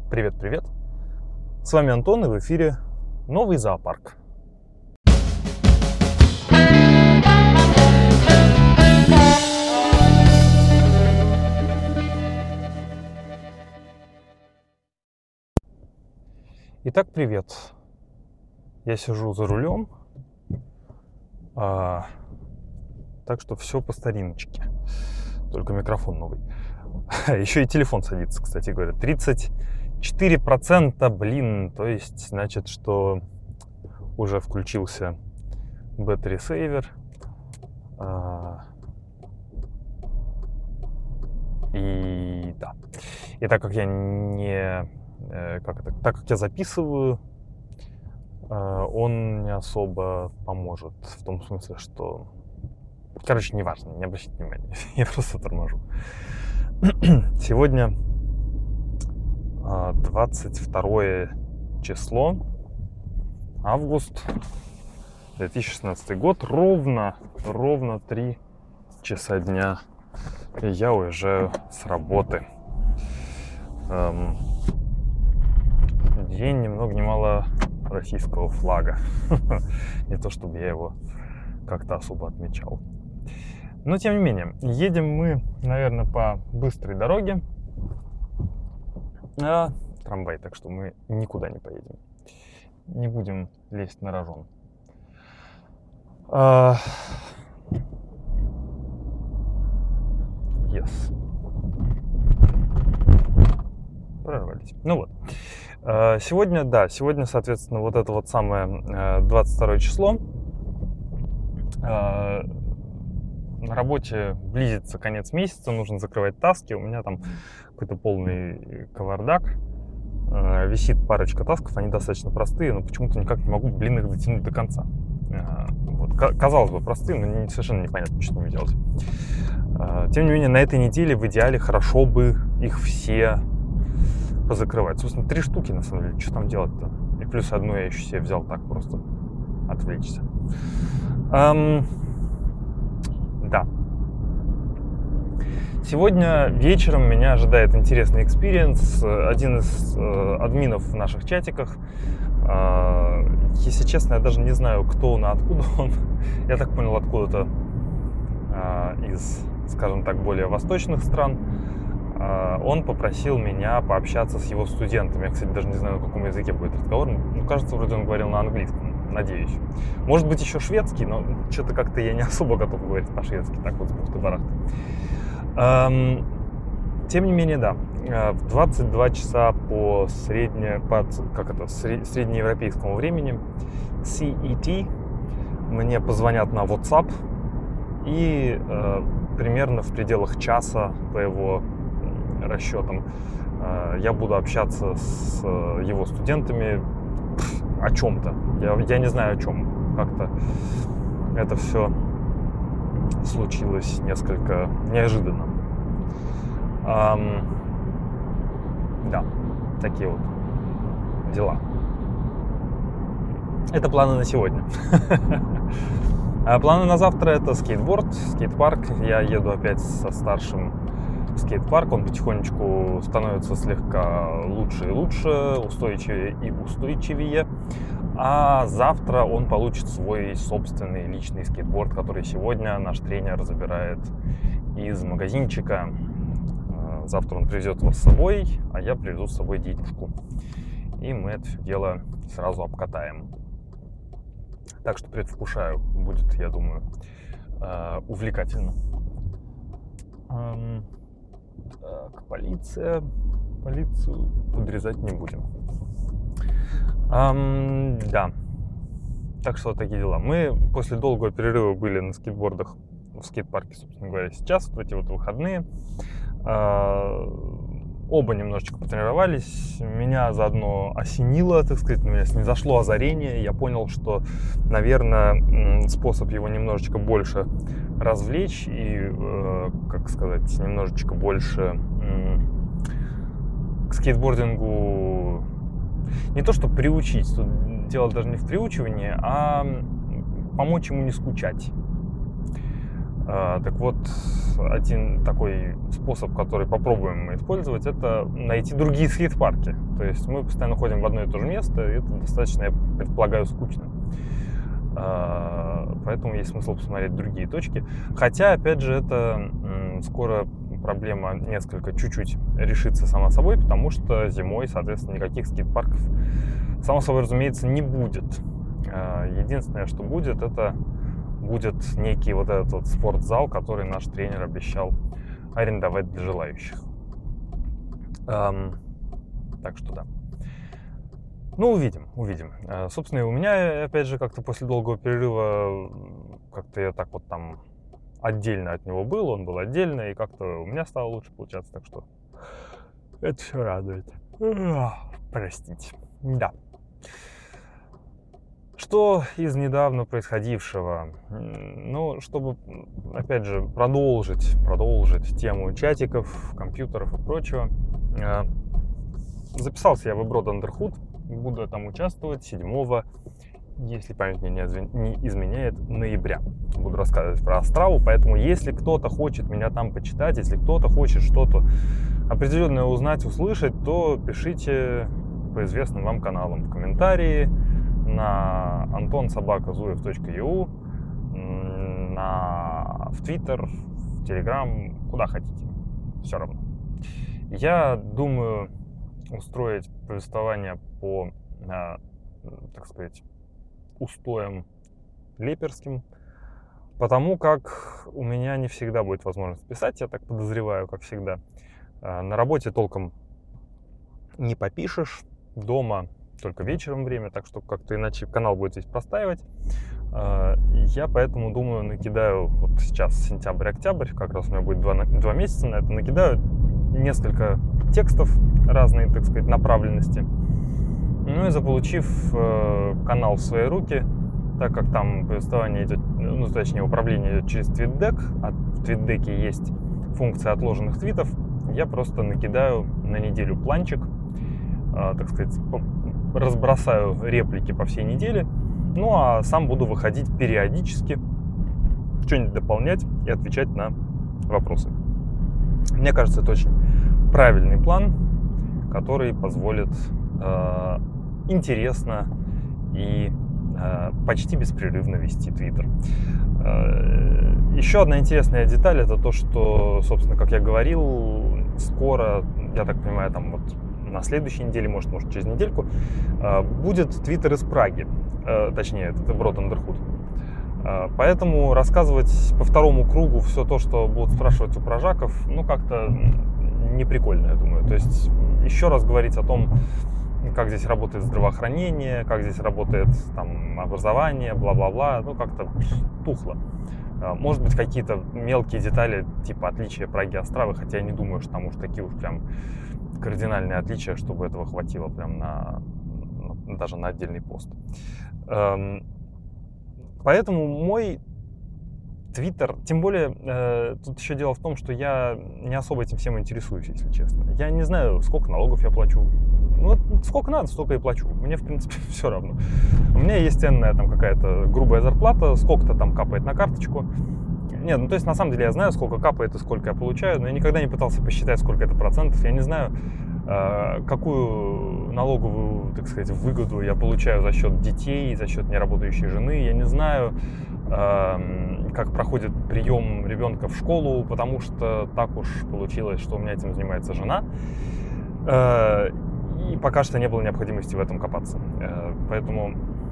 Привет-привет! С вами Антон, и в эфире новый зоопарк. Итак, привет. Я сижу за рулем, так что все по стариночке. Только микрофон новый. Еще и телефон садится, кстати говоря. 34%, блин, то есть, значит, что уже включился battery saver. И да. И так как я так как я записываю, он не особо поможет. В том смысле, что... Короче, неважно, не обращайте внимания. Я просто торможу. Сегодня 22 число, август, 2016 год, ровно 3 часа дня, и я уезжаю с работы. День ни много ни мало российского флага. Не то чтобы я его как-то особо отмечал. Но тем не менее, едем мы, наверное, по быстрой дороге. Трамвай, так что мы никуда не поедем. Не будем лезть на рожон. Yes. Прорвались. Ну вот. Сегодня, соответственно, вот это вот самое 22 число. На работе близится конец месяца, нужно закрывать таски. У меня там какой-то полный кавардак. Висит парочка тасков, они достаточно простые, но почему-то никак не могу, их дотянуть до конца. Вот. Казалось бы, простые, но совершенно непонятно, что с ними делать. Тем не менее, на этой неделе в идеале хорошо бы их все позакрывать. Собственно, 3 штуки, на самом деле. Что там делать-то? И плюс одну я еще себе взял так просто отвлечься. Да. Сегодня вечером меня ожидает интересный экспириенс. Один из админов в наших чатиках. Если честно, я даже не знаю, кто он и откуда он. Я так понял, откуда-то из, скажем так, более восточных стран. Он попросил меня пообщаться с его студентами. Я, кстати, даже не знаю, на каком языке будет разговор. Кажется, вроде он говорил на английском. Надеюсь. Может быть, еще шведский, но что-то как-то я не особо готов говорить по-шведски. Так вот, с бухты-барахты. Тем не менее, да. В 22 часа по среднеевропейскому времени, CET, мне позвонят на WhatsApp. И примерно в пределах часа, по его расчетам, я буду общаться с его студентами о чем-то. Я не знаю о чем. Как-то это все случилось несколько неожиданно. Да, такие вот дела. Это планы на сегодня. А планы на завтра — это скейт-парк. Я еду опять со старшим в скейт-парк. Он потихонечку становится слегка лучше и лучше, устойчивее и устойчивее. А завтра он получит свой собственный личный скейтборд, который сегодня наш тренер забирает из магазинчика. Завтра он привезет его с собой, а я привезу с собой дедушку. И мы это все дело сразу обкатаем. Так что предвкушаю. Будет, я думаю, увлекательно. Так, полицию подрезать не будем. Да. Так что вот такие дела. Мы после долгого перерыва были на скейтбордах в скейт-парке, собственно говоря, сейчас, в эти вот выходные. Оба немножечко потренировались. Меня заодно осенило, так сказать, на меня снизошло озарение. Я понял, что, наверное, способ его немножечко больше развлечь и, немножечко больше к скейтбордингу не то что приучить, тут дело даже не в приучивании, а помочь ему не скучать. Так вот, один такой способ, который попробуем мы использовать, это найти другие скейт-парки. То есть мы постоянно ходим в одно и то же место, и это достаточно, я предполагаю, скучно. Поэтому есть смысл посмотреть другие точки. Хотя, опять же, это скоро проблема чуть-чуть решится сама собой, потому что зимой, соответственно, никаких скейт-парков, само собой разумеется, не будет. Единственное, что будет, это будет некий вот этот вот спортзал, который наш тренер обещал арендовать для желающих. Так что да. Ну, увидим. Собственно, и у меня, опять же, как-то после долгого перерыва, как-то я так вот там отдельно от него был, он был отдельно, и как-то у меня стало лучше получаться, так что это все радует. Простите. Да. Что из недавно происходившего? Ну, чтобы, опять же, продолжить тему чатиков, компьютеров и прочего, записался я в Abroad Underhood, буду там участвовать 7-го, если память мне не изменяет, ноября. Буду рассказывать про Острову, поэтому если кто-то хочет меня там почитать, если кто-то хочет что-то определенное узнать, услышать, то пишите по известным вам каналам в комментарии, на antonsobaka.zuev.eu, в Twitter, в Telegram, куда хотите, все равно. Я думаю устроить повествование по, так сказать, устоям леперским, потому как у меня не всегда будет возможность писать, я так подозреваю, как всегда. На работе толком не попишешь, дома только вечером время, так что как-то иначе канал будет здесь простаивать. Я поэтому думаю, накидаю вот сейчас сентябрь-октябрь, как раз у меня будет 2 месяца на это, накидаю несколько текстов разной, так сказать, направленности. Ну и заполучив канал в свои руки, так как там повествование идет, ну точнее управление идет через TweetDeck, а в TweetDeck есть функция отложенных твитов, я просто накидаю на неделю планчик, так сказать, разбросаю реплики по всей неделе, ну а сам буду выходить периодически, что-нибудь дополнять и отвечать на вопросы. Мне кажется, это очень правильный план, который позволит интересно и почти беспрерывно вести Twitter. Еще одна интересная деталь — это то, что, собственно, как я говорил, скоро, я так понимаю, там вот на следующей неделе, может через недельку, будет Twitter из Праги, точнее, это Abroad Underhood. Поэтому рассказывать по второму кругу все то, что будут спрашивать у пражаков, ну, как-то неприкольно, я думаю. То есть еще раз говорить о том, как здесь работает здравоохранение, как здесь работает там образование, бла-бла-бла, ну, как-то тухло. Может быть, какие-то мелкие детали, типа отличия Праги и Островы, хотя я не думаю, что там уж такие уж прям кардинальные отличия, чтобы этого хватило прям даже на отдельный пост. Поэтому мой Твиттер, тем более, тут еще дело в том, что я не особо этим всем интересуюсь, если честно. Я не знаю, сколько налогов я плачу. Ну, вот сколько надо, столько и плачу. Мне, в принципе, все равно. У меня есть ценная там какая-то грубая зарплата, сколько-то там капает на карточку. Нет, ну то есть на самом деле я знаю, сколько капает и сколько я получаю, но я никогда не пытался посчитать, сколько это процентов. Я не знаю, какую налоговую, так сказать, выгоду я получаю за счет детей, за счет неработающей жены. Я не знаю, как проходит прием ребенка в школу, потому что так уж получилось, что у меня этим занимается жена. И пока что не было необходимости в этом копаться. Поэтому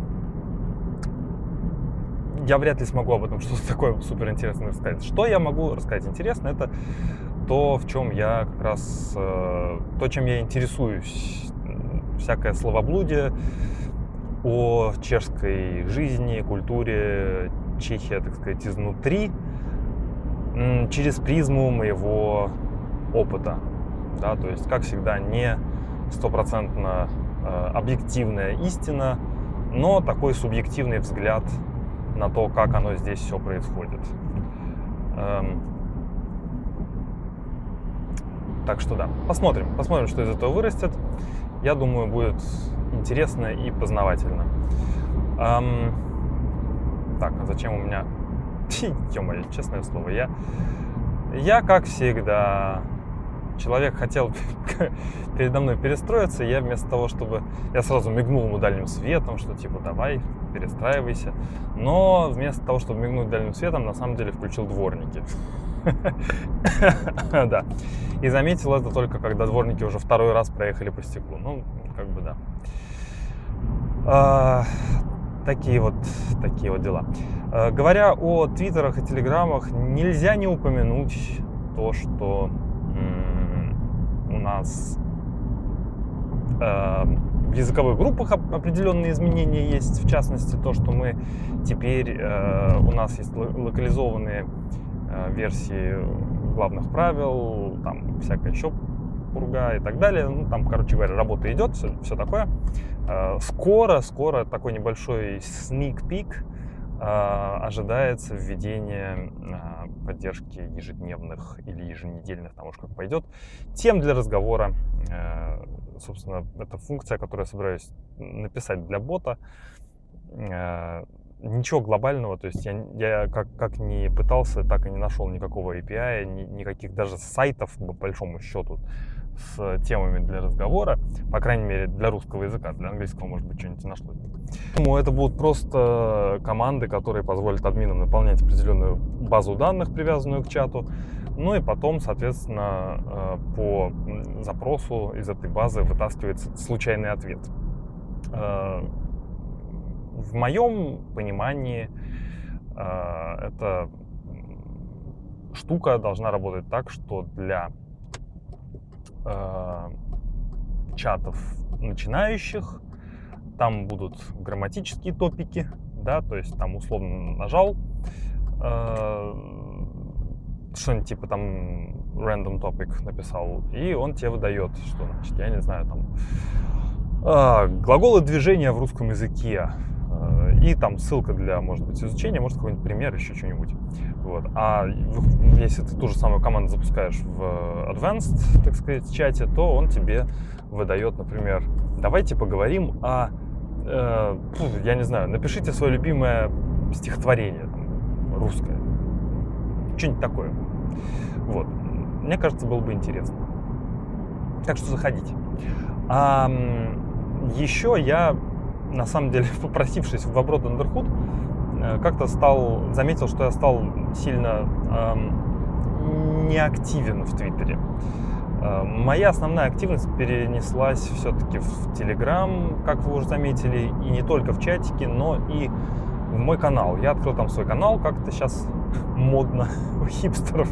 я вряд ли смогу об этом что-то такое суперинтересное рассказать. Что я могу рассказать интересно, это то, в чем я как раз, то, чем я интересуюсь. Всякое словоблудие о чешской жизни, культуре, Чехия, так сказать, изнутри, через призму моего опыта. Да, то есть, как всегда, не стопроцентно объективная истина, но такой субъективный взгляд на то, как оно здесь все происходит. Так что да, посмотрим, что из этого вырастет. Я думаю, будет интересно и познавательно. Так, а зачем у меня ё-моё, честное слово, я как всегда, человек хотел передо мной перестроиться, я вместо того, чтобы... Я сразу мигнул ему дальним светом, что типа давай, перестраивайся. Но вместо того, чтобы мигнуть дальним светом, на самом деле включил дворники. Да. И заметил это только, когда дворники уже второй раз проехали по стеклу. Ну, как бы да. Такие вот дела. Говоря о твиттерах и телеграммах, нельзя не упомянуть то, что у нас в языковых группах определенные изменения есть. В частности, то, что мы теперь, у нас есть локализованные версии главных правил, там всякая еще пурга и так далее. Ну, там, короче говоря, работа идет, все такое. Скоро такой небольшой sneak peek ожидается введение поддержки ежедневных или еженедельных, там уж как пойдет, тем для разговора. Собственно, это функция, которую я собираюсь написать для бота. Ничего глобального, то есть я как ни пытался, так и не нашел никакого API, никаких даже сайтов, по большому счету, с темами для разговора, по крайней мере, для русского языка. Для английского, может быть, что-нибудь нашлось. Поэтому это будут просто команды, которые позволят админам наполнять определенную базу данных, привязанную к чату, ну и потом, соответственно, по запросу из этой базы вытаскивается случайный ответ. В моем понимании эта штука должна работать так, что для чатов начинающих там будут грамматические топики, да, то есть там условно нажал что-нибудь типа там random topic написал, и он тебе выдает, что значит, я не знаю, там глаголы движения в русском языке, и там ссылка для, может быть, изучения, может, какой-нибудь пример, еще что-нибудь. Вот. А если ты ту же самую команду запускаешь в advanced, так сказать, чате, то он тебе выдает, например, давайте поговорим о, я не знаю, напишите свое любимое стихотворение там, русское. Что-нибудь такое. Вот. Мне кажется, было бы интересно. Так что заходите. Еще я, на самом деле, попросившись в Abroad Underhood, как-то заметил, что я стал сильно неактивен в Твиттере. Моя основная активность перенеслась все-таки в Telegram, как вы уже заметили, и не только в чатике, но и в мой канал. Я открыл там свой канал, как это сейчас модно у хипстеров.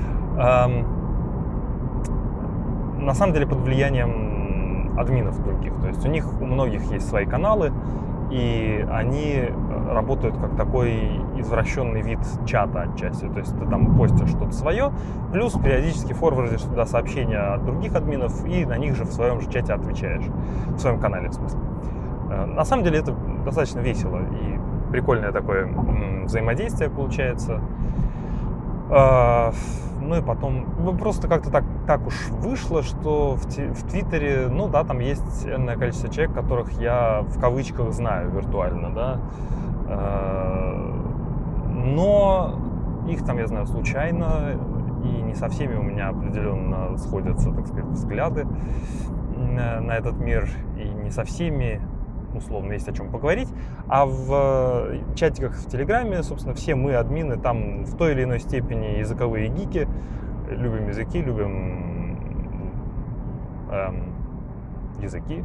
На самом деле под влиянием админов других. То есть у многих есть свои каналы, и они работают как такой извращенный вид чата отчасти. То есть ты там постишь что-то свое, плюс периодически форвардишь туда сообщения от других админов, и на них же в своем же чате отвечаешь. В своем канале, в смысле. На самом деле это достаточно весело и прикольное такое взаимодействие получается. Ну и потом, просто как-то так уж вышло, что в Твиттере, ну да, там есть энное количество человек, которых я в кавычках знаю виртуально, да. Но их там я знаю случайно, и не со всеми у меня определенно сходятся, так сказать, взгляды на этот мир, и не со всеми условно есть о чем поговорить. А в чатиках в Телеграме, собственно, все мы, админы, там в той или иной степени языковые гики. Любим языки, любим языки.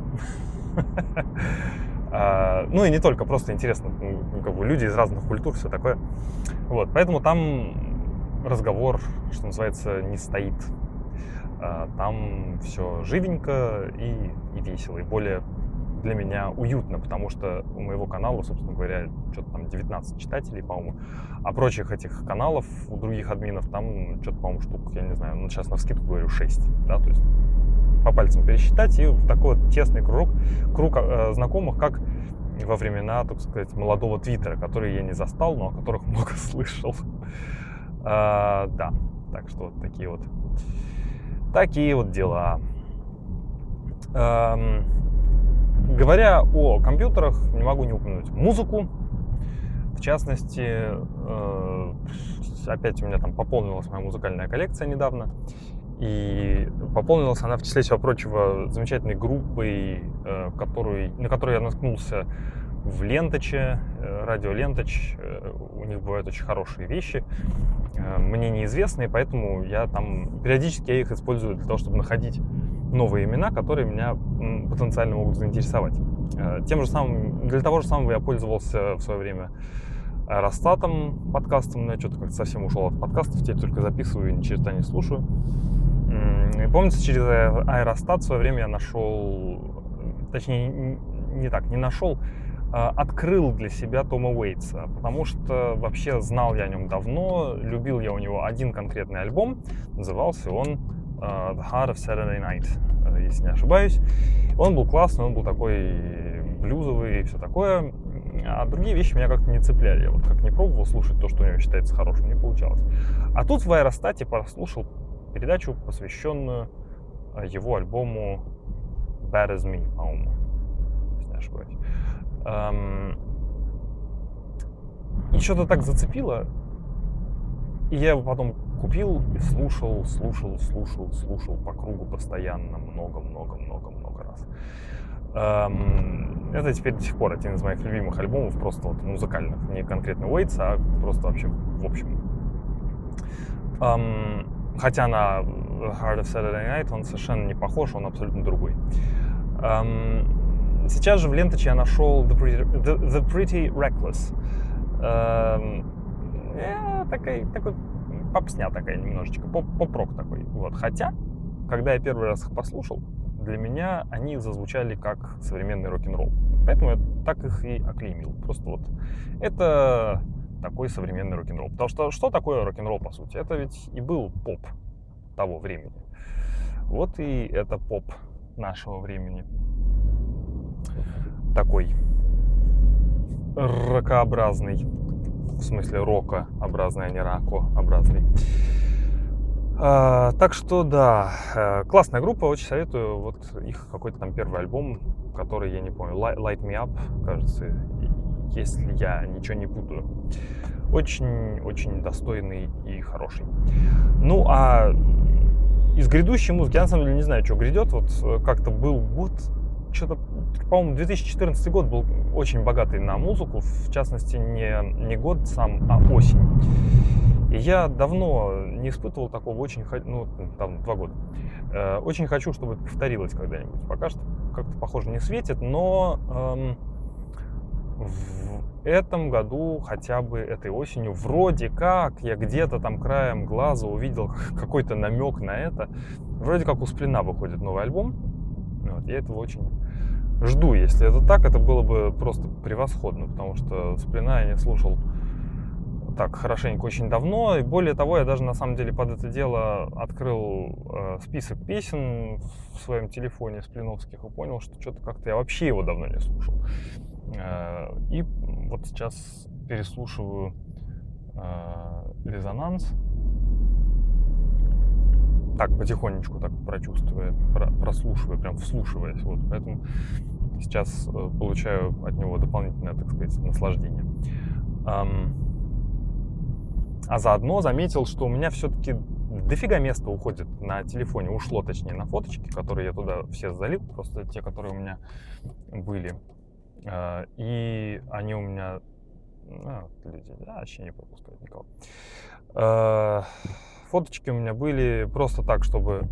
Ну и не только, просто интересно, как бы люди из разных культур, все такое. Вот, поэтому там разговор, что называется, не стоит. Там все живенько и весело, и более для меня уютно, потому что у моего канала, собственно говоря, что-то там 19 читателей, по-моему, а прочих этих каналов у других админов там что-то, по-моему, штук, я не знаю, ну сейчас навскидку говорю 6, да, то есть по пальцам пересчитать, и в такой вот тесный круг знакомых, как во времена, так сказать, молодого Твиттера, которые я не застал, но о которых много слышал. Да, так что вот такие вот дела. Говоря о компьютерах, не могу не упомянуть музыку. частности, опять у меня там пополнилась моя музыкальная коллекция недавно. И пополнилась она, в числе всего прочего, замечательной группой, на которую я наткнулся в Ленточе, радио Ленточ. У них бывают очень хорошие вещи, мне неизвестные, поэтому периодически я их использую для того, чтобы находить новые имена, которые меня потенциально могут заинтересовать. Для того же самого я пользовался в свое время Аэростатом, подкастом, но я что-то как-то совсем ушел от подкастов, теперь только записываю и ни черта не слушаю. И помнится, через Аэростат в свое время я нашел, точнее, не нашел, открыл для себя Тома Уэйтса, потому что вообще знал я о нем давно, любил я у него один конкретный альбом, назывался он The Heart of Saturday Night, если не ошибаюсь. Он был классный, он был такой блюзовый и все такое, а другие вещи меня как-то не цепляли. Я вот как не пробовал слушать то, что у него считается хорошим, не получалось. А тут в Аэростате послушал передачу, посвященную его альбому Bad As Me, по-моему, если не ошибаюсь. И что-то так зацепило, и я его потом купил и слушал по кругу постоянно, много раз. Это теперь до сих пор один из моих любимых альбомов, просто вот музыкальных, не конкретно Уэйтса, а просто вообще в общем. Хотя на Heart of Saturday Night он совершенно не похож, он абсолютно другой. Сейчас же в Ленточе я нашел The Pretty Reckless. Такой попсня такая немножечко, поп-рок такой. Вот. Хотя, когда я первый раз их послушал, для меня они зазвучали как современный рок-н-ролл. Поэтому я так их и оклеймил. Просто вот это такой современный рок-н-ролл. Потому что такое рок-н-ролл, по сути? Это ведь и был поп того времени. Вот и это поп нашего времени. Такой рокообразный. В смысле рокообразный, а не ракообразный. Так что да, классная группа, очень советую. Вот их какой-то там первый альбом, который, я не помню, Light Me Up, кажется, если я ничего не путаю. Очень достойный и хороший. Ну, а из грядущей музыки, я на самом деле не знаю, что грядет. Вот как-то был год, что-то, по-моему, 2014 год был очень богатый на музыку, в частности, не год сам, а осень. И я давно не испытывал такого, там 2 года. Очень хочу, чтобы это повторилось когда-нибудь. Пока что как-то, похоже, не светит, но в этом году, хотя бы этой осенью, вроде как я где-то там краем глаза увидел какой-то намек на это. Вроде как у Сплина выходит новый альбом. Вот, я этого очень жду. Если это так, это было бы просто превосходно, потому что Сплина я не слушал так хорошенько очень давно. И более того, я даже на самом деле под это дело открыл список песен в своем телефоне сплиновских и понял, что что-то как-то я вообще его давно не слушал. И вот сейчас переслушиваю «Резонанс». Так, потихонечку, так прослушивая, прям вслушиваясь. Вот, поэтому сейчас получаю от него дополнительное, так сказать, наслаждение. А заодно заметил, что у меня все-таки дофига места уходит на телефоне. Ушло, точнее, на фоточки, которые я туда все залил. Просто те, которые у меня были. И они у меня... люди вообще не пропускают никого. Фоточки у меня были просто так, чтобы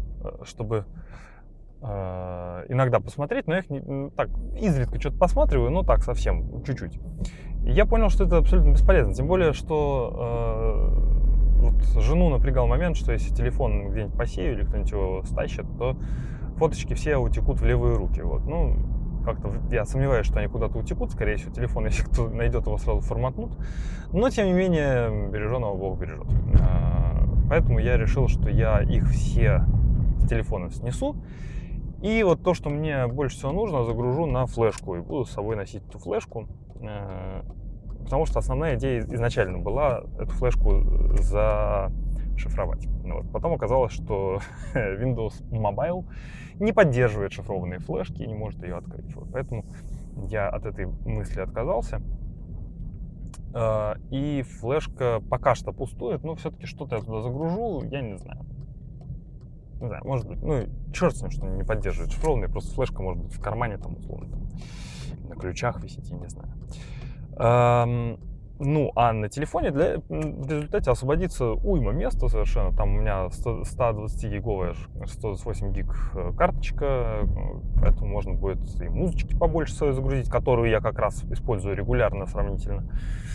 иногда посмотреть, но я их так изредка что-то посматриваю, но так совсем, чуть-чуть. И я понял, что это абсолютно бесполезно, тем более, что вот жену напрягал момент, что если телефон где-нибудь посею или кто-нибудь его стащит, то фоточки все утекут в левые руки. Вот. Ну, как-то я сомневаюсь, что они куда-то утекут, скорее всего, телефон, если кто найдет, его сразу форматнут. Но, тем не менее, береженого Бог бережет. Поэтому я решил, что я их все с телефона снесу. И вот то, что мне больше всего нужно, загружу на флешку. И буду с собой носить эту флешку. Потому что основная идея изначально была эту флешку зашифровать. Вот. Потом оказалось, что Windows Mobile не поддерживает шифрованные флешки и не может ее открыть. Вот. Поэтому я от этой мысли отказался. И флешка пока что пустует, но все-таки что-то я туда загружу, я не знаю. Не знаю, может быть, ну, черт с ним, что не поддерживает шифрованный, просто флешка может быть в кармане, там, условно, там, на ключах висит, я не знаю. Ну, а на телефоне в результате освободится уйма места совершенно. Там у меня 120-гиговая, 128 гиг карточка, поэтому можно будет и музычки побольше своей загрузить, которую я как раз использую регулярно сравнительно.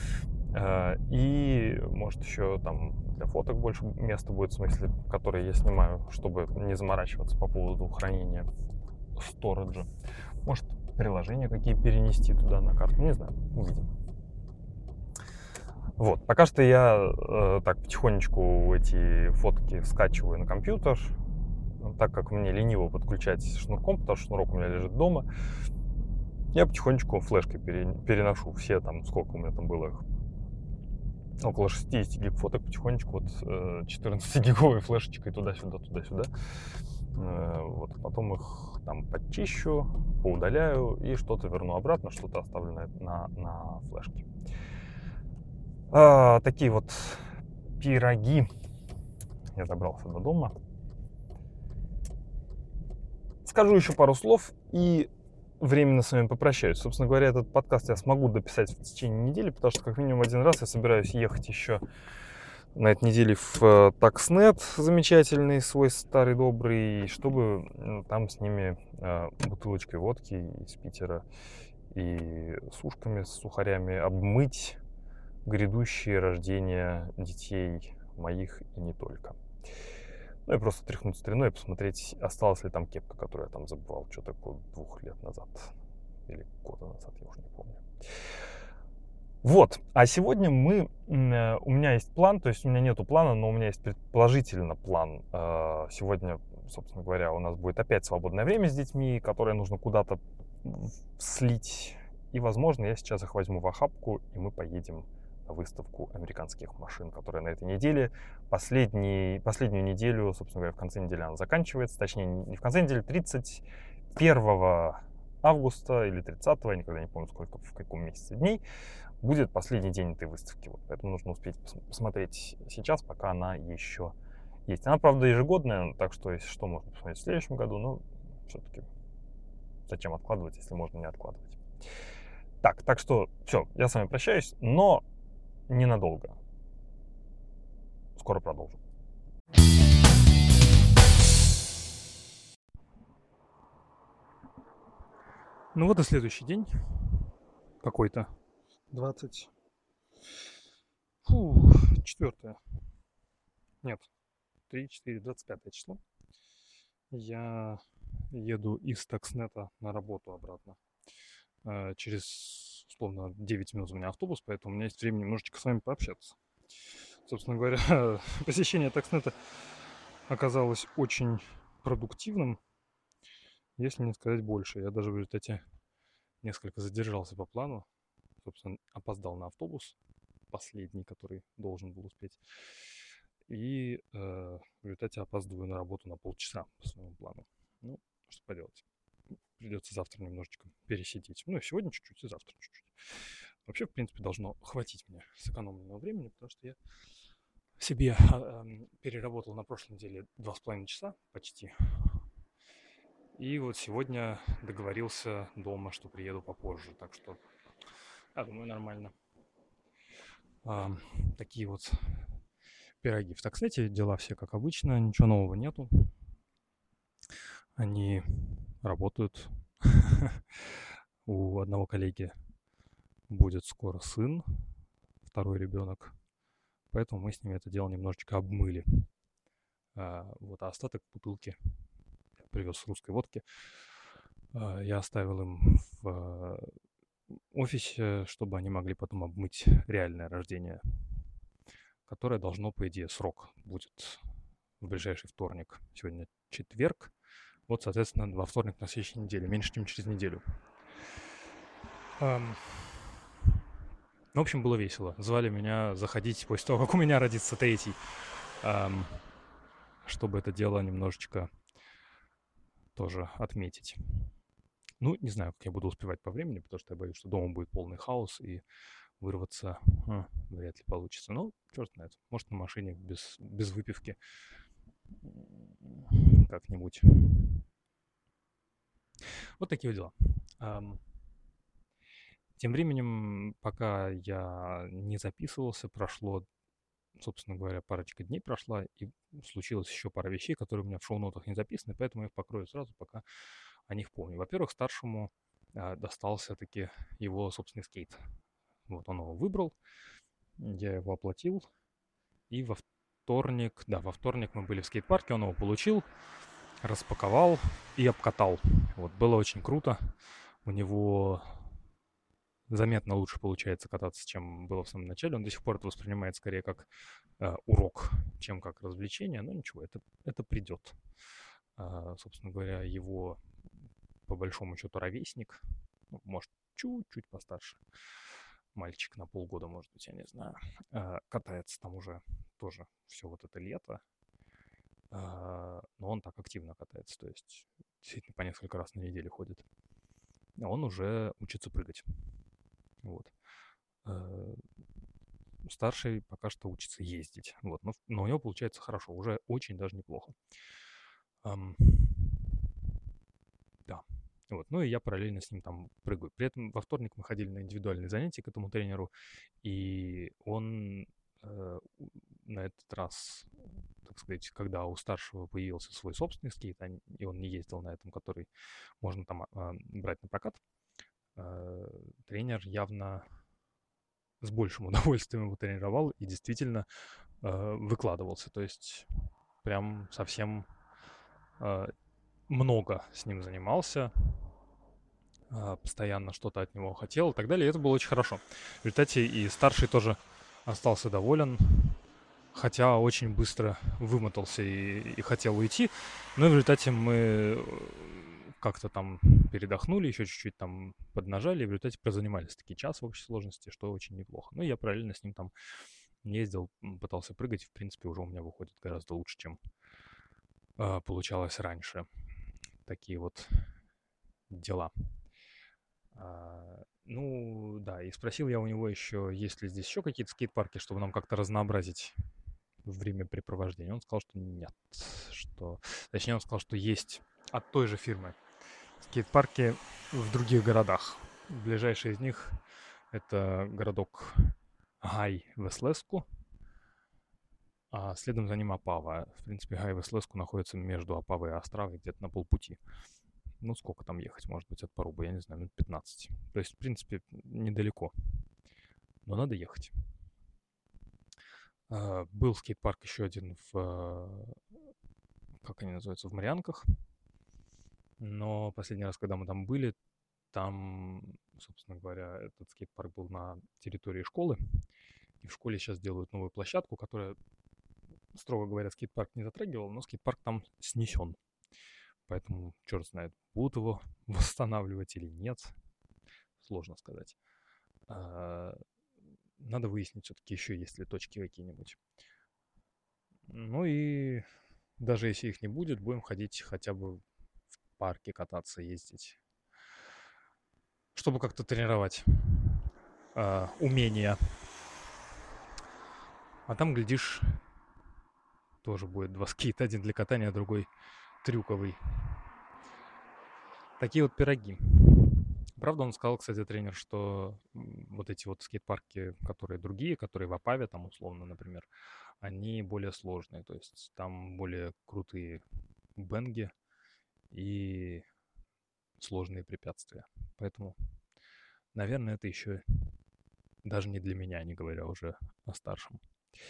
И, может, еще там для фоток больше места будет, в смысле, которые я снимаю, чтобы не заморачиваться по поводу хранения сториджа. Может, приложения какие перенести туда на карту, не знаю, увидим. Вот, пока что я так потихонечку эти фотки скачиваю на компьютер, так как мне лениво подключать шнурком, потому что шнурок у меня лежит дома. Я потихонечку флешкой переношу все там, сколько у меня там было их, около 60 гиг фоток, потихонечку вот 14-гиговой флешечкой туда-сюда, туда-сюда. Вот, потом их там подчищу, поудаляю и что-то верну обратно, что-то оставлю на флешке. Такие вот пироги. Я добрался до дома. Скажу еще пару слов и временно с вами попрощаюсь. Собственно говоря, этот подкаст я смогу дописать в течение недели, потому что как минимум один раз я собираюсь ехать еще на этой неделе в Такснет, замечательный свой старый добрый, чтобы там с ними бутылочкой водки из Питера и с ушками, с сухарями обмыть грядущие рождения детей моих и не только. Ну и просто тряхнуть стариной и посмотреть, осталась ли там кепка, которую я там забывал что-то около 2 лет назад. Или года назад, я уже не помню. Вот, а сегодня у меня есть план, то есть у меня нету плана, но у меня есть предположительно план. Сегодня, собственно говоря, у нас будет опять свободное время с детьми, которое нужно куда-то слить. И, возможно, я сейчас их возьму в охапку, и мы поедем на выставку американских машин, которая на этой неделе, последнюю неделю, собственно говоря, в конце недели она заканчивается, точнее, не в конце недели, 31 августа или 30-го, я никогда не помню, сколько, в каком месяце дней, будет последний день этой выставки. Вот, поэтому нужно успеть посмотреть сейчас, пока она еще есть. Она, правда, ежегодная, так что, если что, можно посмотреть в следующем году, но все-таки зачем откладывать, если можно не откладывать. Так что все, я с вами прощаюсь, но ненадолго. Скоро продолжим. Ну вот и следующий день какой-то. 4. Нет, 3, 4, 25 число. Я еду из Такснета на работу обратно. Через, условно, 9 минут у меня автобус, поэтому у меня есть время немножечко с вами пообщаться. Собственно говоря, посещение Такснета оказалось очень продуктивным, если не сказать больше. Я даже в результате несколько задержался по плану. Собственно, опоздал на автобус, последний, который должен был успеть. И в результате опаздываю на работу на полчаса по своему плану. Ну, что поделать. Придется завтра немножечко пересидеть. Ну, и сегодня чуть-чуть, и завтра чуть-чуть. Вообще, в принципе, должно хватить мне сэкономленного времени, потому что я себе переработал на прошлой неделе 2,5 часа почти. И вот сегодня договорился дома, что приеду попозже. Так что, я думаю, нормально. Такие вот пироги. В Такснете дела все как обычно, ничего нового нету. Они работают. У одного коллеги будет скоро сын, второй ребенок. Поэтому мы с ними это дело немножечко обмыли. Вот, а остаток бутылки я привез с русской водки. Я оставил им в офисе, чтобы они могли потом обмыть реальное рождение, которое должно, по идее, срок будет в ближайший вторник. Сегодня четверг. Вот, соответственно, во вторник на следующей неделе, меньше, чем через неделю. В общем, было весело. Звали меня заходить после того, как у меня родится третий, чтобы это дело немножечко тоже отметить. Ну, не знаю, как я буду успевать по времени, потому что я боюсь, что дома будет полный хаос, и вырваться вряд ли получится. Ну, черт знает. Может, на машине без выпивки как-нибудь. Вот такие вот дела. Тем временем, пока я не записывался, прошло, собственно говоря, парочка дней прошла, и случилось еще пара вещей, которые у меня в шоу-нотах не записаны, поэтому я их покрою сразу, пока о них помню. Во-первых, старшему достался таки его собственный скейт. Вот он его выбрал, я его оплатил, и во вторник мы были в скейт-парке, он его получил, распаковал и обкатал. Вот, было очень круто. У него заметно лучше получается кататься, чем было в самом начале. Он до сих пор это воспринимает скорее как урок, чем как развлечение. Но ничего, это придет. Собственно говоря, его, по большому счету, ровесник, ну, может, чуть-чуть постарше, мальчик на полгода, может быть, я не знаю, катается там уже тоже все вот это лето. Но он так активно катается, то есть действительно по несколько раз на неделю ходит. Он уже учится прыгать. Вот. Старший пока что учится ездить. Вот. Но у него получается хорошо, уже очень даже неплохо. Да. Вот. Ну и я параллельно с ним там прыгаю. При этом во вторник мы ходили на индивидуальные занятия к этому тренеру, и он на этот раз, так сказать, когда у старшего появился свой собственный скейт, и он не ездил на этом, который можно там брать на прокат, тренер явно с большим удовольствием его тренировал и действительно выкладывался. То есть прям совсем много с ним занимался, постоянно что-то от него хотел и так далее. И это было очень хорошо. В результате и старший тоже остался доволен, хотя очень быстро вымотался и хотел уйти. Но в результате мы как-то там передохнули, еще чуть-чуть там поднажали, и в результате прозанимались таки час в общей сложности, что очень неплохо. Ну, я параллельно с ним там ездил, пытался прыгать, в принципе, уже у меня выходит гораздо лучше, чем получалось раньше. Такие вот дела. Ну, да, и спросил я у него еще, есть ли здесь еще какие-то скейт-парки, чтобы нам как-то разнообразить времяпрепровождение. Он сказал, что нет. Точнее, он сказал, что есть от той же фирмы скейт-парки в других городах. Ближайший из них — это городок Гай в Эслеску, а следом за ним Опава. В принципе, Гай в Эслеску находится между Опавой и Остравой, где-то на полпути. Ну, сколько там ехать, может быть, от Порубы, я не знаю, минут 15. То есть, в принципе, недалеко. Но надо ехать. Был скейт-парк еще один как они называются, в Марианках. Но последний раз, когда мы там были, там, собственно говоря, этот скейт-парк был на территории школы. И в школе сейчас делают новую площадку, которая, строго говоря, скейт-парк не затрагивал, но скейт-парк там снесен. Поэтому черт знает, будут его восстанавливать или нет. Сложно сказать. Надо выяснить все-таки еще, есть ли точки какие-нибудь. Ну и даже если их не будет, будем ходить хотя бы в парке кататься, ездить. Чтобы как-то тренировать умения. А там, глядишь, тоже будет два скейта. Один для катания, а другой трюковый. Такие вот пироги. Правда, он сказал, кстати, тренер, что вот эти вот скейт-парки, которые другие, которые в Опаве, там условно, например, они более сложные. То есть там более крутые бенги и сложные препятствия. Поэтому, наверное, это еще даже не для меня, не говоря уже о старшем.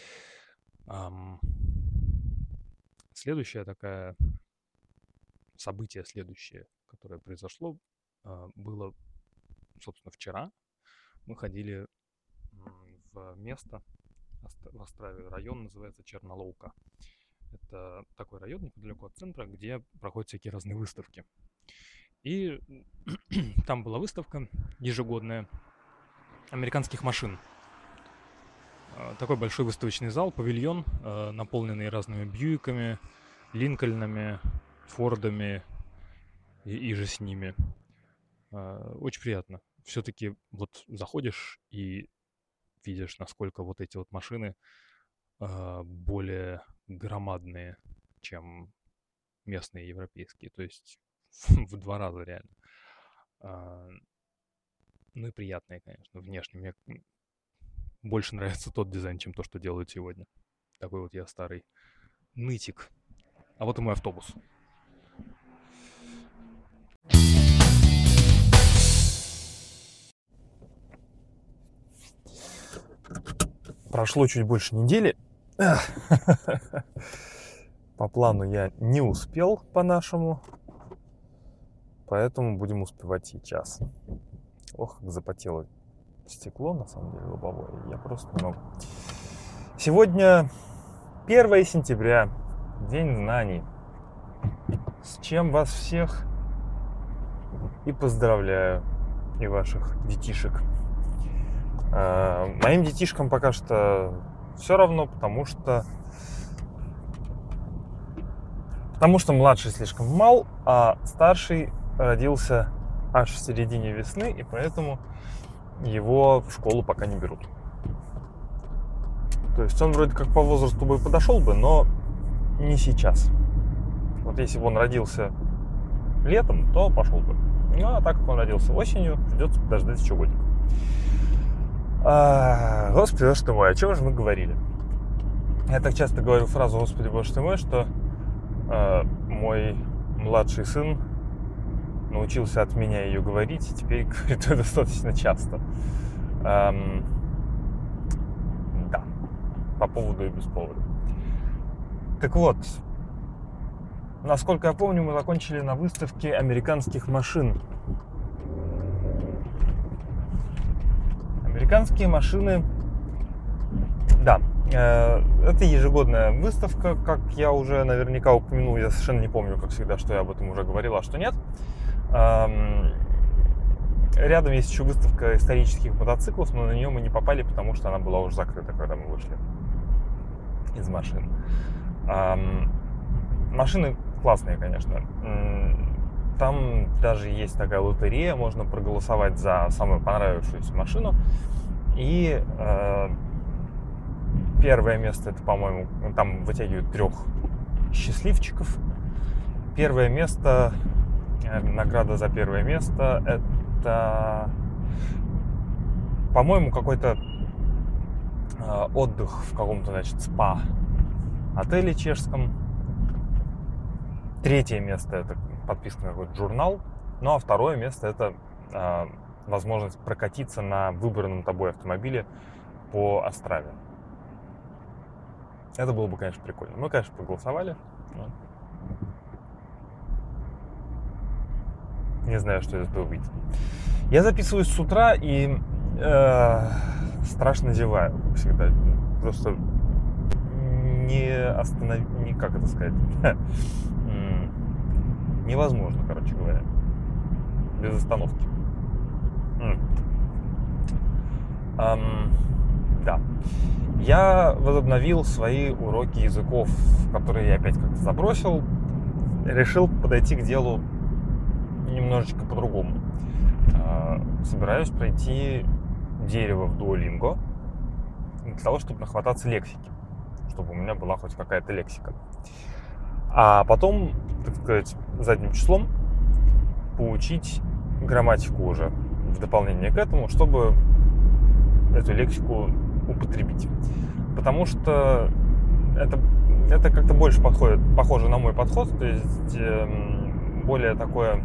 Следующее такое событие, которое произошло, было, собственно, вчера. Мы ходили в место в Острове, район называется Черноловка. Это такой район неподалеку от центра, где проходят всякие разные выставки. И там была выставка ежегодная американских машин. Такой большой выставочный зал, павильон, наполненный разными Бьюиками, Линкольнами, Фордами и же с ними. Очень приятно. Все-таки вот заходишь, и видишь, насколько вот эти вот машины более громадные, чем местные европейские. То есть в 2 раза реально. Ну и приятные, конечно, внешне. Мне больше нравится тот дизайн, чем то, что делают сегодня. Такой вот я старый нытик. А вот и мой автобус. Прошло чуть больше недели. По плану я не успел по-нашему, поэтому будем успевать сейчас. Ох, как запотело стекло, на самом деле, лобовое. Я просто не могу. Сегодня 1 сентября, День знаний. С чем вас всех и поздравляю, и ваших детишек. Моим детишкам пока что все равно, потому что младший слишком мал, а старший родился аж в середине весны, и поэтому его в школу пока не берут. То есть он вроде как по возрасту бы подошел бы, но не сейчас. Вот если бы он родился летом, то пошел бы. Ну, а так как он родился осенью, придется подождать еще годик. Господи, боже ты мой, о чем же мы говорили? Я так часто говорю фразу «Господи, боже ты мой», что мой младший сын научился от меня ее говорить, и теперь говорит ее достаточно часто. Да, по поводу и без повода. Так вот, насколько я помню, мы закончили на выставке американских машин. Американские машины, да, это ежегодная выставка, как я уже наверняка упомянул, я совершенно не помню, как всегда, что я об этом уже говорил, а что нет. Рядом есть еще выставка исторических мотоциклов, но на нее мы не попали, потому что она была уже закрыта, когда мы вышли из машин. Машины классные, конечно. Там даже есть такая лотерея, можно проголосовать за самую понравившуюся машину. И первое место, это, по-моему, там вытягивают 3 счастливчиков. Первое место, награда за первое место, это, по-моему, какой-то отдых в каком-то, значит, спа-отеле чешском. 3 место, это подписка на какой-то журнал. Ну, а 2 место, это возможность прокатиться на выбранном тобой автомобиле по Острове. Это было бы, конечно, прикольно. Мы, конечно, проголосовали. Но не знаю, что из этого выйдет. Я записываюсь с утра и страшно зеваю, как всегда. Просто как это сказать? Невозможно, короче говоря. Без остановки. Да. Я возобновил свои уроки языков, которые я опять как-то забросил. Решил подойти к делу немножечко по-другому. Собираюсь пройти дерево в Duolingo для того, чтобы нахвататься лексики, чтобы у меня была хоть какая-то лексика. А потом, так сказать, задним числом поучить грамматику уже в дополнение к этому, чтобы эту лексику употребить. Потому что это как-то больше похоже на мой подход, то есть более такое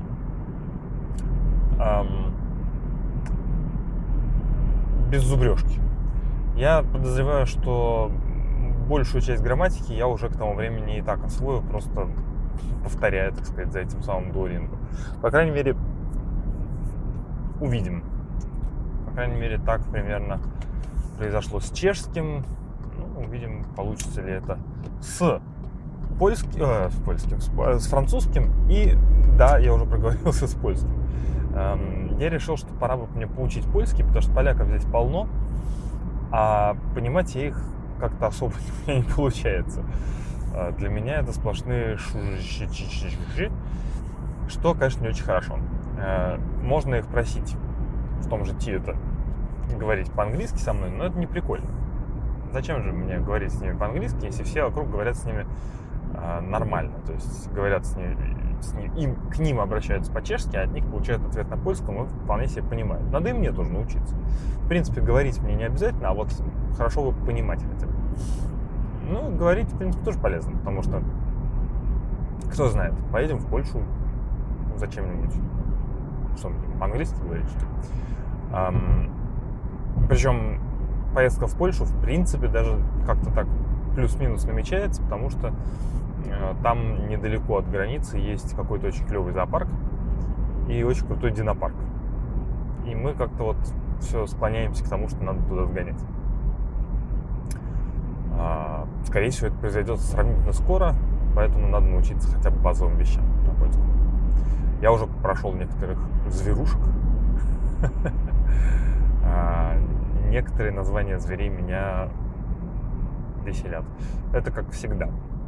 без зубрежки. Я подозреваю, что большую часть грамматики я уже к тому времени и так освою, просто повторяя, так сказать, за этим самым Duolingo. По крайней мере, увидим. По крайней мере, так примерно произошло с чешским. Ну, увидим, получится ли это с французским. И да, я уже проговорился с польским. Я решил, что пора бы мне поучить польский, потому что поляков здесь полно, а понимать я их как-то особо у меня не получается. Для меня это сплошные что, конечно, не очень хорошо. Можно их просить в том же Тиэта говорить по-английски со мной, но это не прикольно. Зачем же мне говорить с ними по-английски, если все вокруг говорят с ними нормально, то есть говорят к ним обращаются по-чешски, а от них получают ответ на польском и вполне себе понимают. Надо и мне тоже научиться. В принципе, говорить мне не обязательно, а вот хорошо бы понимать хотя бы. Ну, говорить, в принципе, тоже полезно, потому что, кто знает, поедем в Польшу зачем-нибудь. Что, по-английски говорить, что ли? Причем поездка в Польшу, в принципе, даже как-то так плюс-минус намечается, потому что там недалеко от границы есть какой-то очень клевый зоопарк и очень крутой динопарк. И мы как-то вот все склоняемся к тому, что надо туда сгонять. Скорее всего, это произойдет сравнительно скоро, поэтому надо научиться хотя бы базовым вещам на польском. Я уже прошел некоторых зверушек. Некоторые названия зверей меня веселят. Это как всегда.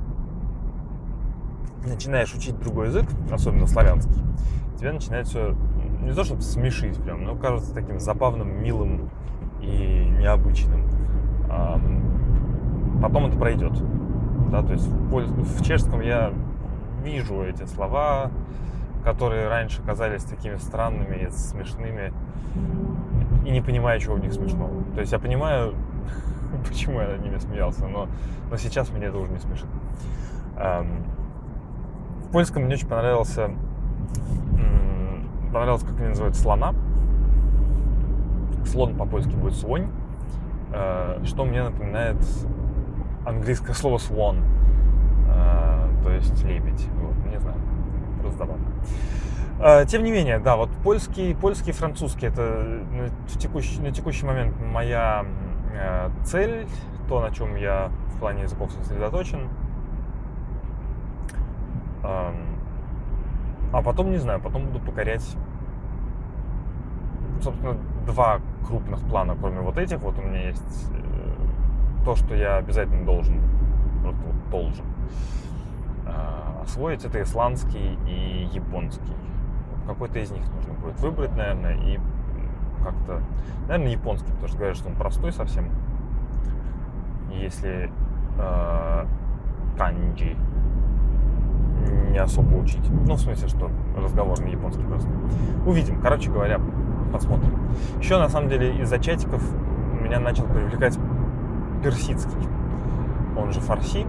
Начинаешь учить другой язык, особенно славянский, тебя начинает все не то чтобы смешить прям, но кажется таким забавным, милым и необычным. Потом это пройдет. Да, то есть в чешском я вижу эти слова, которые раньше казались такими странными и смешными, и не понимаю, чего в них смешного. То есть я понимаю, почему я над ними смеялся, но сейчас меня это уже не смешит. В польском мне очень понравилось, как они называют слона. Слон по-польски будет слонь, что мне напоминает английское слово swan, то есть лебедь. Вот, не знаю, просто забавно. Тем не менее, да, вот польский и французский — это на текущий момент моя цель, то, на чем я в плане языков сосредоточен. А потом, не знаю, потом буду покорять, собственно, два крупных плана, кроме вот этих. Вот у меня есть то, что я обязательно должен освоить. Это исландский и японский. Какой-то из них нужно будет выбрать, наверное, и как-то... Наверное, японский, потому что говорят, что он простой совсем. Если канджи не особо учить. Ну, в смысле, что разговорный японский просто. Увидим. Короче говоря, посмотрим. Еще, на самом деле, из-за чатиков меня начал привлекать персидский. Он же фарси.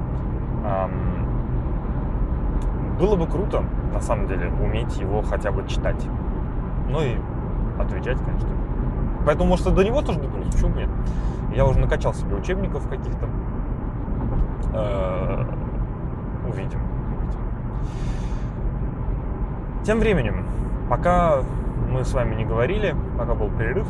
Было бы круто, на самом деле, уметь его хотя бы читать. Ну и отвечать, конечно. Поэтому, может, и до него тоже доберусь. Почему бы нет? Я уже накачал себе учебников каких-то. Увидим. Тем временем, пока мы с вами не говорили, пока был перерыв...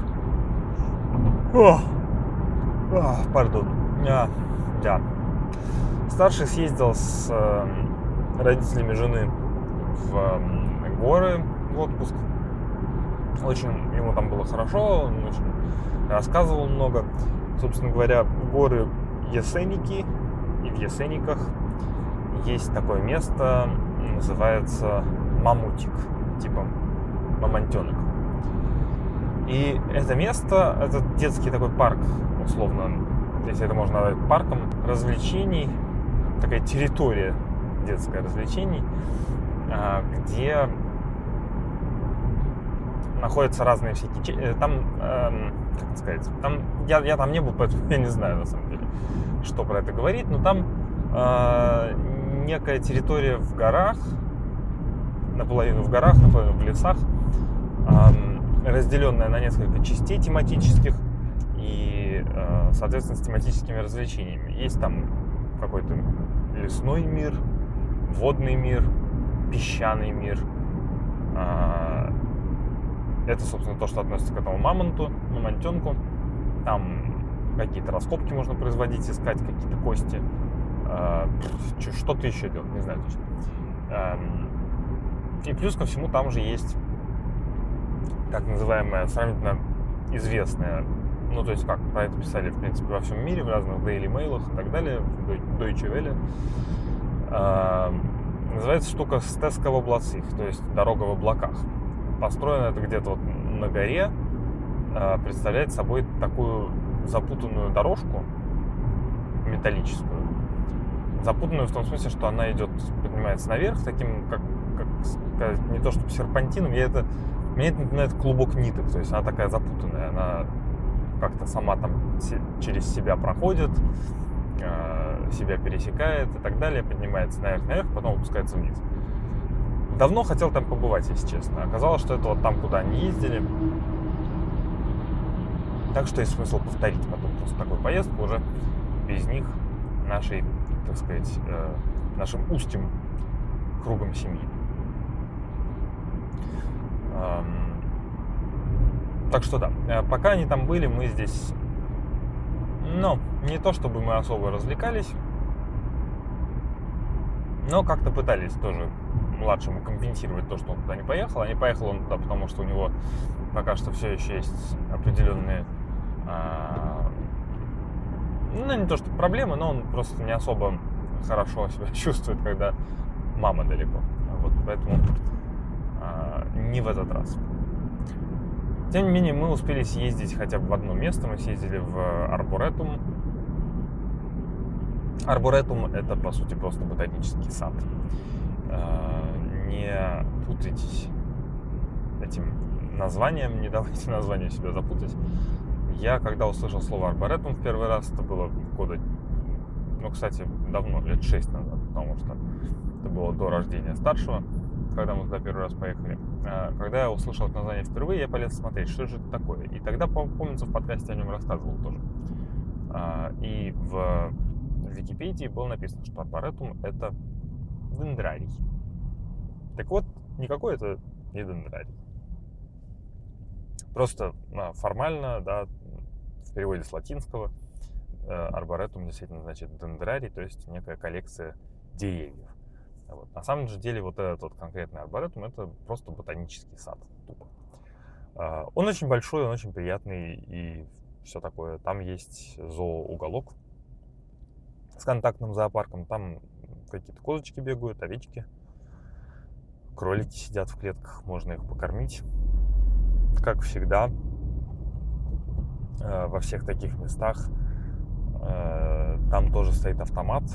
Пардон. Да. Старший съездил с родителями жены в горы в отпуск. Очень ему там было хорошо, он очень рассказывал много. Собственно говоря, горы Есеники, и в Есениках есть такое место, называется Мамутик, типа мамонтенок. И это место, это детский такой парк, условно, если это можно назвать парком развлечений, такая территория детская развлечений, где находятся разные всякие... Там, как сказать, там, я там не был, поэтому я не знаю, на самом деле, что про это говорить, но там некая территория в горах, наполовину в горах, наполовину в лесах, разделенная на несколько частей тематических и, соответственно, с тематическими развлечениями. Есть там какой-то лесной мир, водный мир, песчаный мир. Это, собственно, то, что относится к этому мамонтенку. Там какие-то раскопки можно производить, искать какие-то кости. Что-то еще делать, не знаю точно. И плюс ко всему там же есть так называемая, сравнительно известная, ну, то есть как, про это писали, в принципе, во всем мире, в разных Daily Mail'ах и так далее, в Deutsche Welle. Называется штука Стеска в облацах, то есть дорога в облаках. Построено это где-то вот на горе, представляет собой такую запутанную дорожку металлическую. Запутанную в том смысле, что она поднимается наверх, таким, как сказать, не то чтобы серпантином, мне это напоминает клубок ниток, то есть она такая запутанная, она как-то сама там через себя проходит, себя пересекает и так далее, поднимается наверх, потом опускается вниз. Давно хотел там побывать, если честно. Оказалось, что это вот там, куда они ездили. Так что есть смысл повторить потом просто такую поездку уже без них, нашей, так сказать, нашим узким кругом семьи. Так что да, пока они там были, мы здесь, не то чтобы мы особо развлекались, но как-то пытались тоже младшему компенсировать то, что он туда не поехал. А не поехал он туда, потому что у него пока что все еще есть определенные, не то что проблемы, но он просто не особо хорошо себя чувствует, когда мама далеко. Вот, поэтому не в этот раз. Тем не менее, мы успели съездить хотя бы в одно место. Мы съездили в Арборетум. Арборетум — это, по сути, просто ботанический сад. Не путайтесь этим названием, не давайте названию себя запутать. Я, когда услышал слово арборетум в первый раз, это было года, кстати, давно, лет 6 назад, потому что это было до рождения старшего, когда мы туда первый раз поехали. Когда я услышал это название впервые, я полез смотреть, что же это такое. И тогда, помнится, в подкасте о нем рассказывал тоже. И в Википедии было написано, что арборетум — это дендрарий. Так вот, никакой это не дендрарий. Просто формально, да, в переводе с латинского арборетум действительно значит дендрарий, то есть некая коллекция деревьев. Вот. На самом же деле вот этот вот конкретный арборетум — это просто ботанический сад, тупо. Он очень большой, он очень приятный и все такое. Там есть зооуголок с контактным зоопарком, там какие-то козочки бегают, овечки, кролики сидят в клетках, можно их покормить. Как всегда, во всех таких местах там тоже стоит автомат,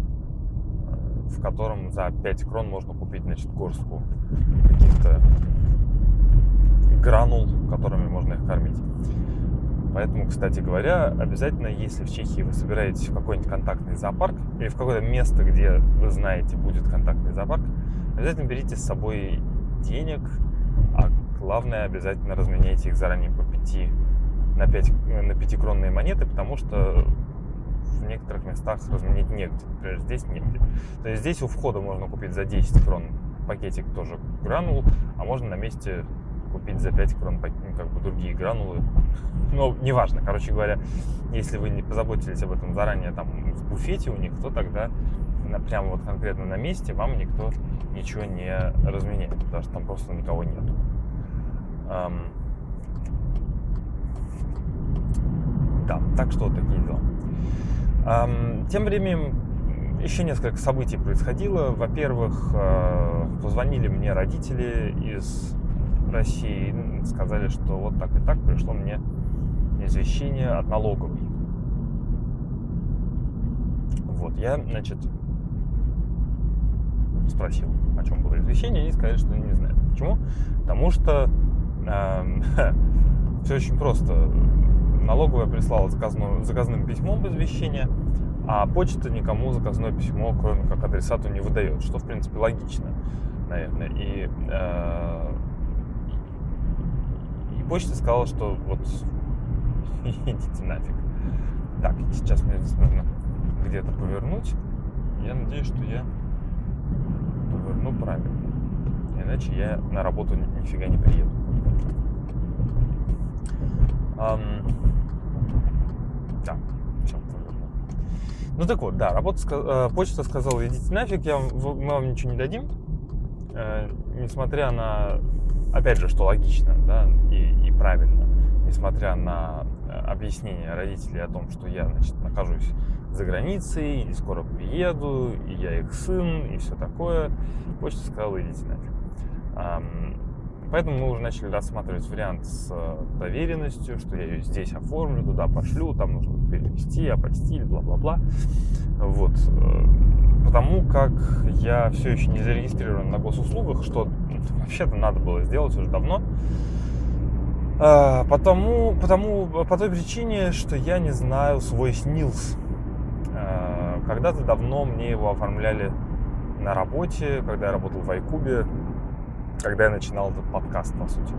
в котором за 5 крон можно купить, горстку каких-то гранул, которыми можно их кормить. Поэтому, кстати говоря, обязательно, если в Чехии вы собираетесь в какой-нибудь контактный зоопарк или в какое-то место, где вы знаете будет контактный зоопарк, обязательно берите с собой денег, а главное, обязательно разменяйте их заранее на 5-кронные монеты, потому что в некоторых местах разменять негде. Например, здесь негде. То есть здесь у входа можно купить за 10 крон пакетик тоже гранул, а можно на месте купить за 5 крон другие гранулы. Но неважно, короче говоря, если вы не позаботились об этом заранее там в буфете у них, то тогда прямо вот конкретно на месте вам никто ничего не разменяет, потому что там просто никого нету. Да, так что вот такие дела. Тем временем еще несколько событий происходило. Во-первых, позвонили мне родители из России, сказали, что вот так и так пришло мне извещение от налоговой. Вот, я, спросил, о чем было извещение, и они сказали, что не знают. Почему? Потому что все очень просто. Налоговая прислала заказным письмом извещение, а почта никому заказное письмо, кроме как адресату, не выдает, что, в принципе, логично, наверное. И почта сказала, что вот идите нафиг. Так, сейчас мне здесь нужно где-то повернуть. Я надеюсь, что я поверну правильно. Иначе я на работу нифига не приеду. Да, все, повернул. Ну так вот, да, почта сказала, идите нафиг, мы вам ничего не дадим. Несмотря на, опять же, что логично, да, и правильно, несмотря на объяснение родителей о том, что я, нахожусь за границей, и скоро приеду, и я их сын, и все такое, почта сказала, идите нафиг. Поэтому мы уже начали рассматривать вариант с доверенностью, что я ее здесь оформлю, туда пошлю, там нужно перевести, апостиль, бла-бла-бла. Вот. Потому как я все еще не зарегистрирован на госуслугах, что вообще-то надо было сделать уже давно. По той причине, что я не знаю свой СНИЛС. Когда-то давно мне его оформляли на работе, когда я работал в iCube, когда я начинал этот подкаст, по сути.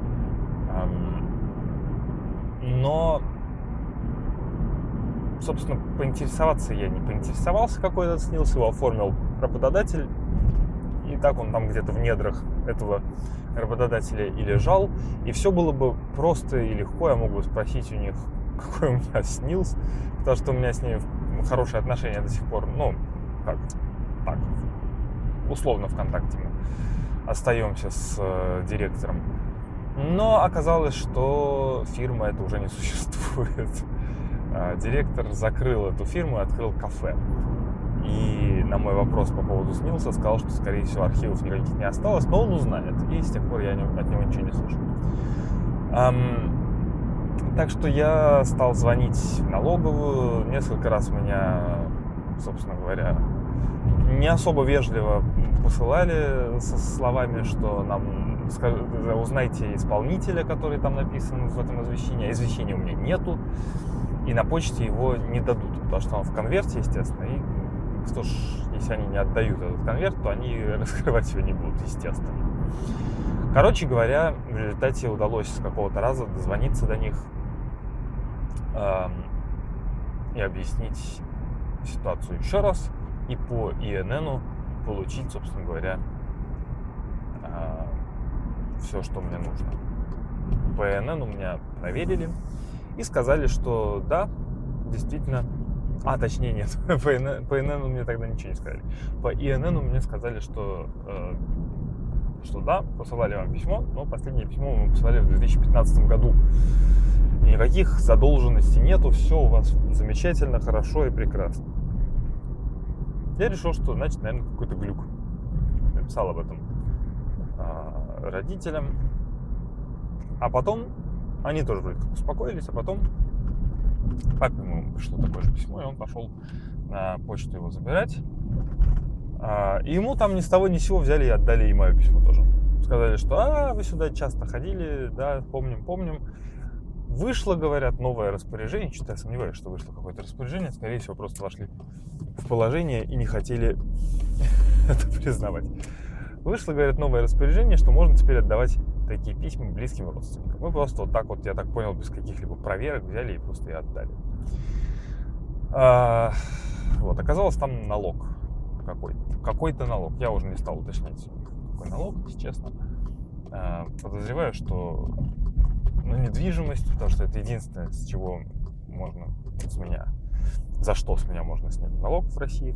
Но, собственно, поинтересоваться я не поинтересовался, какой этот СНИЛС, его оформил работодатель. И так он там где-то в недрах этого работодателя и лежал. И все было бы просто и легко. Я мог бы спросить у них, какой у меня СНИЛС, потому что у меня с ними хорошие отношения до сих пор. Ну, как так, условно ВКонтакте мы остаемся с директором. Но оказалось, что фирма эта уже не существует. Директор закрыл эту фирму и открыл кафе. И на мой вопрос по поводу СНИЛСа сказал, что, скорее всего, архивов никаких не осталось, но он узнает. И с тех пор я от него ничего не слышал. Так что я стал звонить в налоговую. Несколько раз меня, собственно говоря, не особо вежливо посылали со словами, что нам узнайте исполнителя, который там написан в этом извещении. А извещения у меня нету. И на почте его не дадут, потому что он в конверте, естественно. И что ж, если они не отдают этот конверт, то они раскрывать его не будут, естественно. Короче говоря, в результате удалось с какого-то раза дозвониться до них и объяснить ситуацию еще раз. И по ИННу получить, собственно говоря, все, что мне нужно. По ИННу меня проверили и сказали, что да, действительно. Точнее нет, по ИННу мне тогда ничего не сказали. По ИННу мне сказали, что да, посылали вам письмо, но последнее письмо мы посылали в 2015 году. И никаких задолженностей нету, все у вас замечательно, хорошо и прекрасно. Я решил, что, значит, наверное, какой-то глюк. Написал об этом родителям. А потом они тоже вроде как успокоились, а потом папе ему пришло такое же письмо, и он пошел на почту его забирать. И ему там ни с того ни с сего взяли и отдали и мое письмо тоже. Сказали, что вы сюда часто ходили, да, помним. Вышло, говорят, новое распоряжение. Что-то я сомневаюсь, что вышло какое-то распоряжение. Скорее всего, просто вошли в положение и не хотели это признавать. Вышло, говорят, новое распоряжение, что можно теперь отдавать такие письма близким родственникам. Мы просто вот так вот, я так понял, без каких-либо проверок взяли и просто и отдали. Вот, оказалось там налог какой-то налог. Я уже не стал уточнять, какой налог, если честно. Подозреваю, что недвижимость, потому что это единственное, с чего можно за что с меня можно снять налог в России.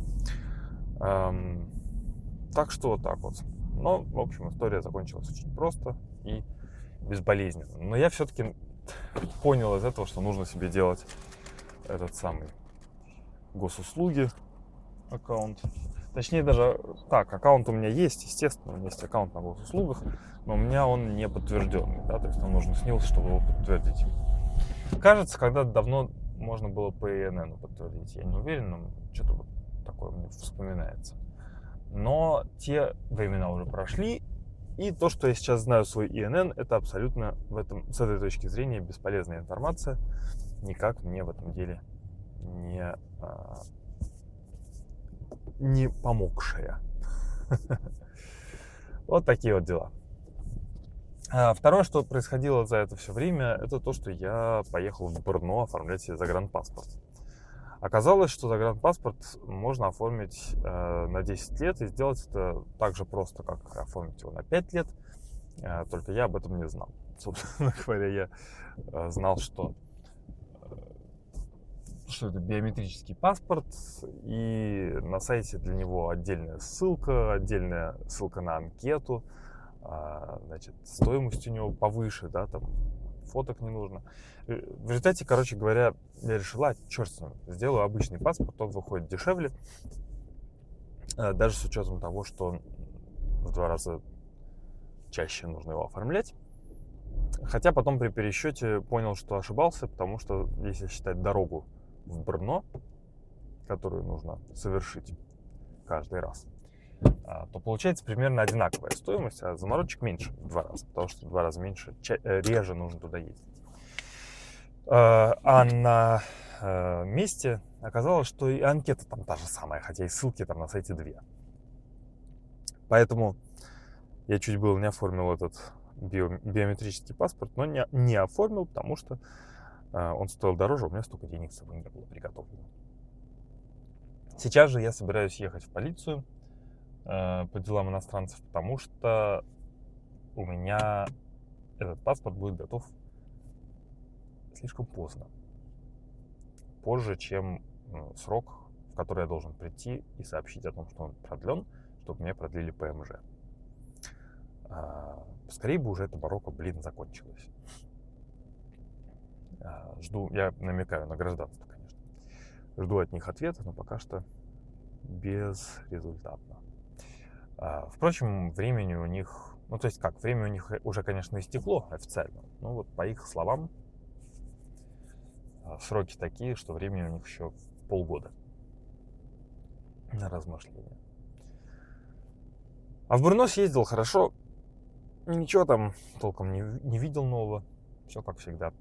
Так что вот так вот. Но, в общем, история закончилась очень просто и безболезненно. Но я все-таки понял из этого, что нужно себе делать этот самый госуслуги аккаунт. Точнее, даже так, аккаунт у меня есть, естественно, у меня есть аккаунт на госуслугах, но у меня он не подтвержденный, да, то есть нам нужно СНИЛС, чтобы его подтвердить. Кажется, когда-то давно можно было по ИННу подтвердить, я не уверен, но что-то вот такое мне вспоминается. Но те времена уже прошли, и то, что я сейчас знаю свой ИНН, это абсолютно с этой точки зрения бесполезная информация, никак мне в этом деле не помогшая. Вот такие вот дела. Второе, что происходило за это все время, это то, что я поехал в Брно оформлять себе загранпаспорт. Оказалось, что загранпаспорт можно оформить на 10 лет и сделать это так же просто, как оформить его на 5 лет. Только я об этом не знал. Собственно говоря, я знал, что это биометрический паспорт, и на сайте для него отдельная ссылка на анкету, значит, стоимость у него повыше, да, там фоток не нужно. В результате, короче говоря, я решил, черт с ним, сделаю обычный паспорт, он выходит дешевле, даже с учетом того, что он в 2 раза чаще нужно его оформлять. Хотя потом при пересчете понял, что ошибался, потому что если считать дорогу в Брно, которую нужно совершить каждый раз, то получается примерно одинаковая стоимость, а заморочек меньше в 2 раза, потому что в 2 раза меньше, реже нужно туда ездить. А на месте оказалось, что и анкета там та же самая, хотя и ссылки там на сайте 2. Поэтому я чуть было не оформил этот биометрический паспорт, но не оформил, потому что он стоил дороже, у меня столько денег с собой не было приготовлено. Сейчас же я собираюсь ехать в полицию по делам иностранцев, потому что у меня этот паспорт будет готов слишком поздно. Позже, чем срок, в который я должен прийти и сообщить о том, что он продлен, чтобы мне продлили ПМЖ. Скорее бы уже эта морока, закончилась. Жду, я намекаю на гражданство, конечно. Жду от них ответа, но пока что безрезультатно. Впрочем, времени у них, время у них уже, конечно, истекло официально, но вот по их словам сроки такие, что времени у них еще полгода на размышления. А в Брно съездил хорошо, ничего там толком не видел нового, все как всегда.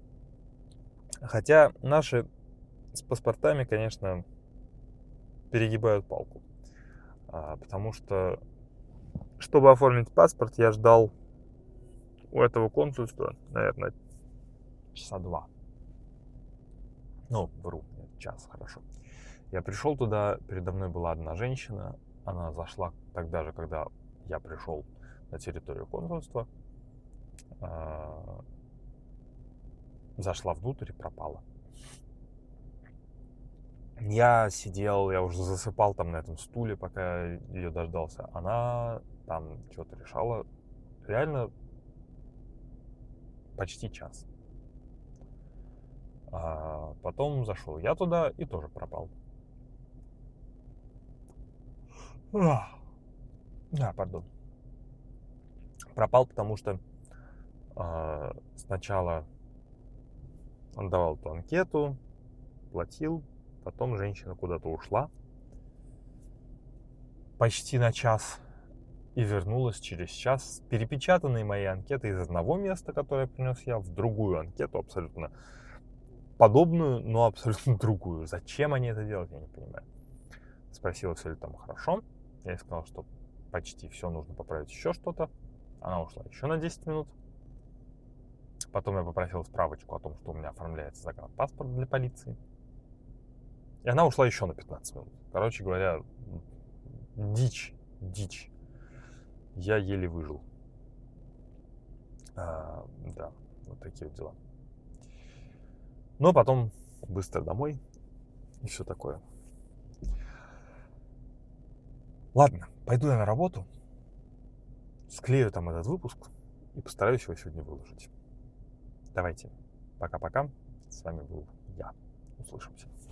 Хотя наши с паспортами, конечно, перегибают палку. Потому что, чтобы оформить паспорт, я ждал у этого консульства, наверное, часа 2. Вру, час, хорошо. Я пришел туда, передо мной была одна женщина. Она зашла тогда же, когда я пришел на территорию консульства. Зашла внутрь и пропала. Я сидел, я уже засыпал там на этом стуле, пока ее дождался. Она там что-то решала. Реально почти час. Потом зашел я туда и тоже пропал. Пардон. Пропал, потому что сначала он давал эту анкету, платил, потом женщина куда-то ушла почти на час и вернулась через час с перепечатанной моей анкетой из одного места, которое принес я, в другую анкету, абсолютно подобную, но абсолютно другую. Зачем они это делают, я не понимаю. Спросила, все ли там хорошо. Я ей сказал, что почти все, нужно поправить еще что-то. Она ушла еще на 10 минут. Потом я попросил справочку о том, что у меня оформляется загранпаспорт для полиции. И она ушла еще на 15 минут. Короче говоря, дичь. Я еле выжил. Да, вот такие вот дела. Но потом быстро домой и все такое. Ладно, пойду я на работу, склею там этот выпуск и постараюсь его сегодня выложить. Давайте, пока-пока. С вами был я. Услышимся.